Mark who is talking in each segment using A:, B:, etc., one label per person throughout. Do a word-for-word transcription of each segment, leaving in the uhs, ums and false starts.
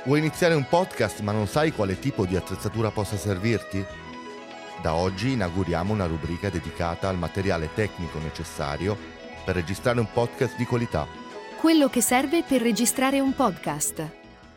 A: Vuoi iniziare un podcast ma non sai quale tipo di attrezzatura possa servirti? Da oggi inauguriamo una rubrica dedicata al materiale tecnico necessario per registrare un podcast di qualità.
B: Quello che serve per registrare un podcast.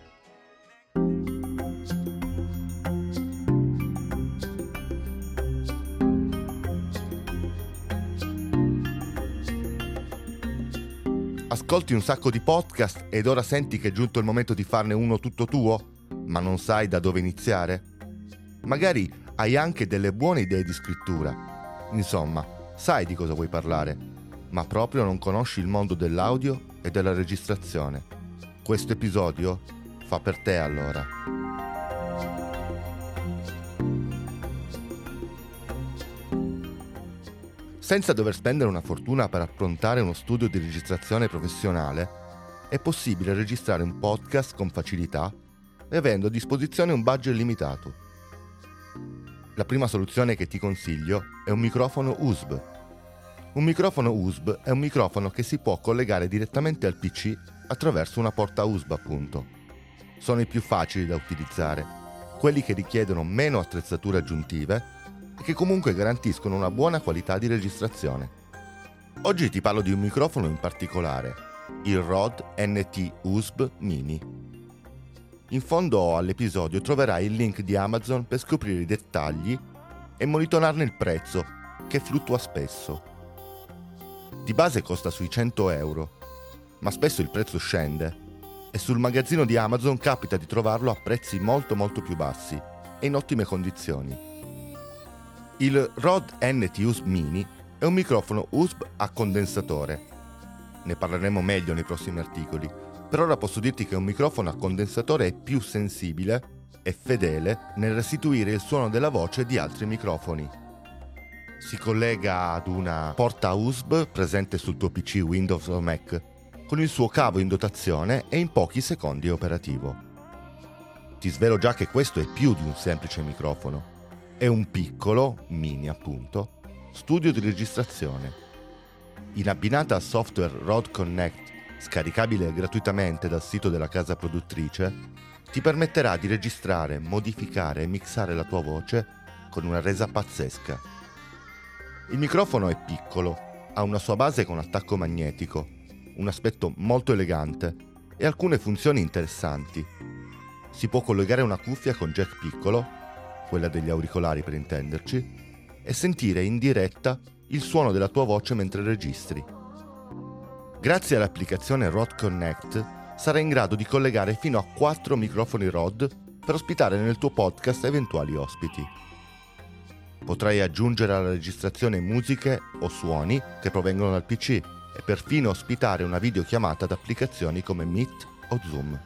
A: Ascolti un sacco di podcast ed ora senti che è giunto il momento di farne uno tutto tuo, ma non sai da dove iniziare? Magari hai anche delle buone idee di scrittura. Insomma, sai di cosa vuoi parlare, ma proprio non conosci il mondo dell'audio e della registrazione. Questo episodio fa per te allora. Senza dover spendere una fortuna per approntare uno studio di registrazione professionale, è possibile registrare un podcast con facilità e avendo a disposizione un budget limitato. La prima soluzione che ti consiglio è un microfono U S B. Un microfono U S B è un microfono che si può collegare direttamente al P C attraverso una porta U S B, appunto. Sono i più facili da utilizzare, quelli che richiedono meno attrezzature aggiuntive e che comunque garantiscono una buona qualità di registrazione. Oggi ti parlo di un microfono in particolare, il Rode N T U S B Mini. In fondo all'episodio troverai il link di Amazon per scoprire i dettagli e monitorarne il prezzo, che fluttua spesso. Di base costa sui cento euro, ma spesso il prezzo scende e sul magazzino di Amazon capita di trovarlo a prezzi molto molto più bassi e in ottime condizioni. Il Rode N T U S B Mini è un microfono U S B a condensatore. Ne parleremo meglio nei prossimi articoli. Per ora posso dirti che un microfono a condensatore è più sensibile e fedele nel restituire il suono della voce di altri microfoni. Si collega ad una porta U S B presente sul tuo P C Windows o Mac con il suo cavo in dotazione e in pochi secondi è operativo. Ti svelo già che questo è più di un semplice microfono. È un piccolo, mini appunto, studio di registrazione. In abbinata al software Rode Connect, scaricabile gratuitamente dal sito della casa produttrice, ti permetterà di registrare, modificare e mixare la tua voce con una resa pazzesca. Il microfono è piccolo, ha una sua base con attacco magnetico, un aspetto molto elegante e alcune funzioni interessanti. Si può collegare una cuffia con jack piccolo, quella degli auricolari per intenderci, e sentire in diretta il suono della tua voce mentre registri. Grazie all'applicazione Rode Connect sarai in grado di collegare fino a quattro microfoni Rode per ospitare nel tuo podcast eventuali ospiti. Potrai aggiungere alla registrazione musiche o suoni che provengono dal P C e perfino ospitare una videochiamata da applicazioni come Meet o Zoom.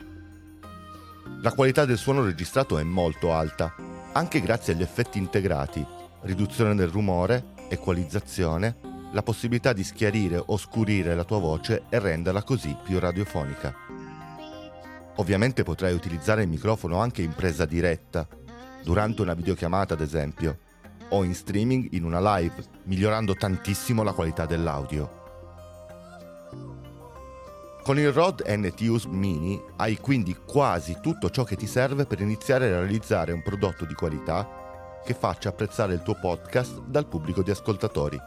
A: La qualità del suono registrato è molto alta, anche grazie agli effetti integrati, riduzione del rumore, equalizzazione, la possibilità di schiarire o scurire la tua voce e renderla così più radiofonica. Ovviamente potrai utilizzare il microfono anche in presa diretta, durante una videochiamata ad esempio, o in streaming in una live, migliorando tantissimo la qualità dell'audio. Con il Rode N T U S B Mini hai quindi quasi tutto ciò che ti serve per iniziare a realizzare un prodotto di qualità che faccia apprezzare il tuo podcast dal pubblico di ascoltatori.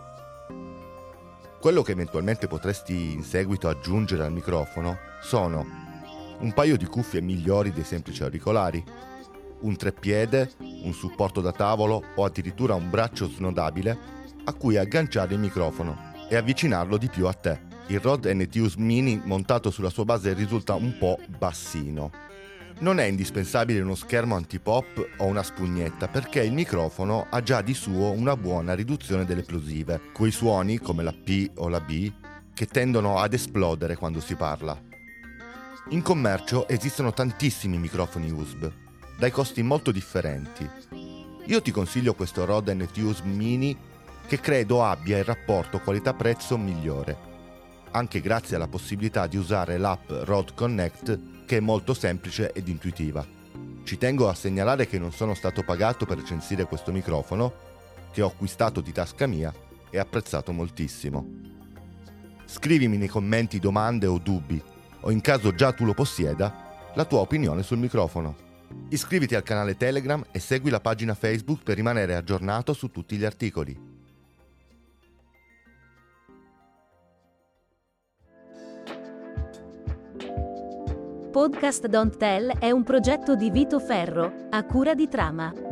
A: Quello che eventualmente potresti in seguito aggiungere al microfono sono un paio di cuffie migliori dei semplici auricolari, un treppiede, un supporto da tavolo o addirittura un braccio snodabile a cui agganciare il microfono e avvicinarlo di più a te. Il Rode N T U S B Mini montato sulla sua base risulta un po' bassino. Non è indispensabile uno schermo antipop o una spugnetta perché il microfono ha già di suo una buona riduzione delle plosive, quei suoni come la P o la B che tendono ad esplodere quando si parla. In commercio esistono tantissimi microfoni U S B, dai costi molto differenti. Io ti consiglio questo Rode N T U S B Mini che credo abbia il rapporto qualità-prezzo migliore, anche grazie alla possibilità di usare l'app Rode Connect che è molto semplice ed intuitiva. Ci tengo a segnalare che non sono stato pagato per recensire questo microfono, che ho acquistato di tasca mia e apprezzato moltissimo. Scrivimi nei commenti domande o dubbi, o in caso già tu lo possieda, la tua opinione sul microfono. Iscriviti al canale Telegram e segui la pagina Facebook per rimanere aggiornato su tutti gli articoli.
C: Podcast Don't Tell è un progetto di Vito Ferro, a cura di Trama.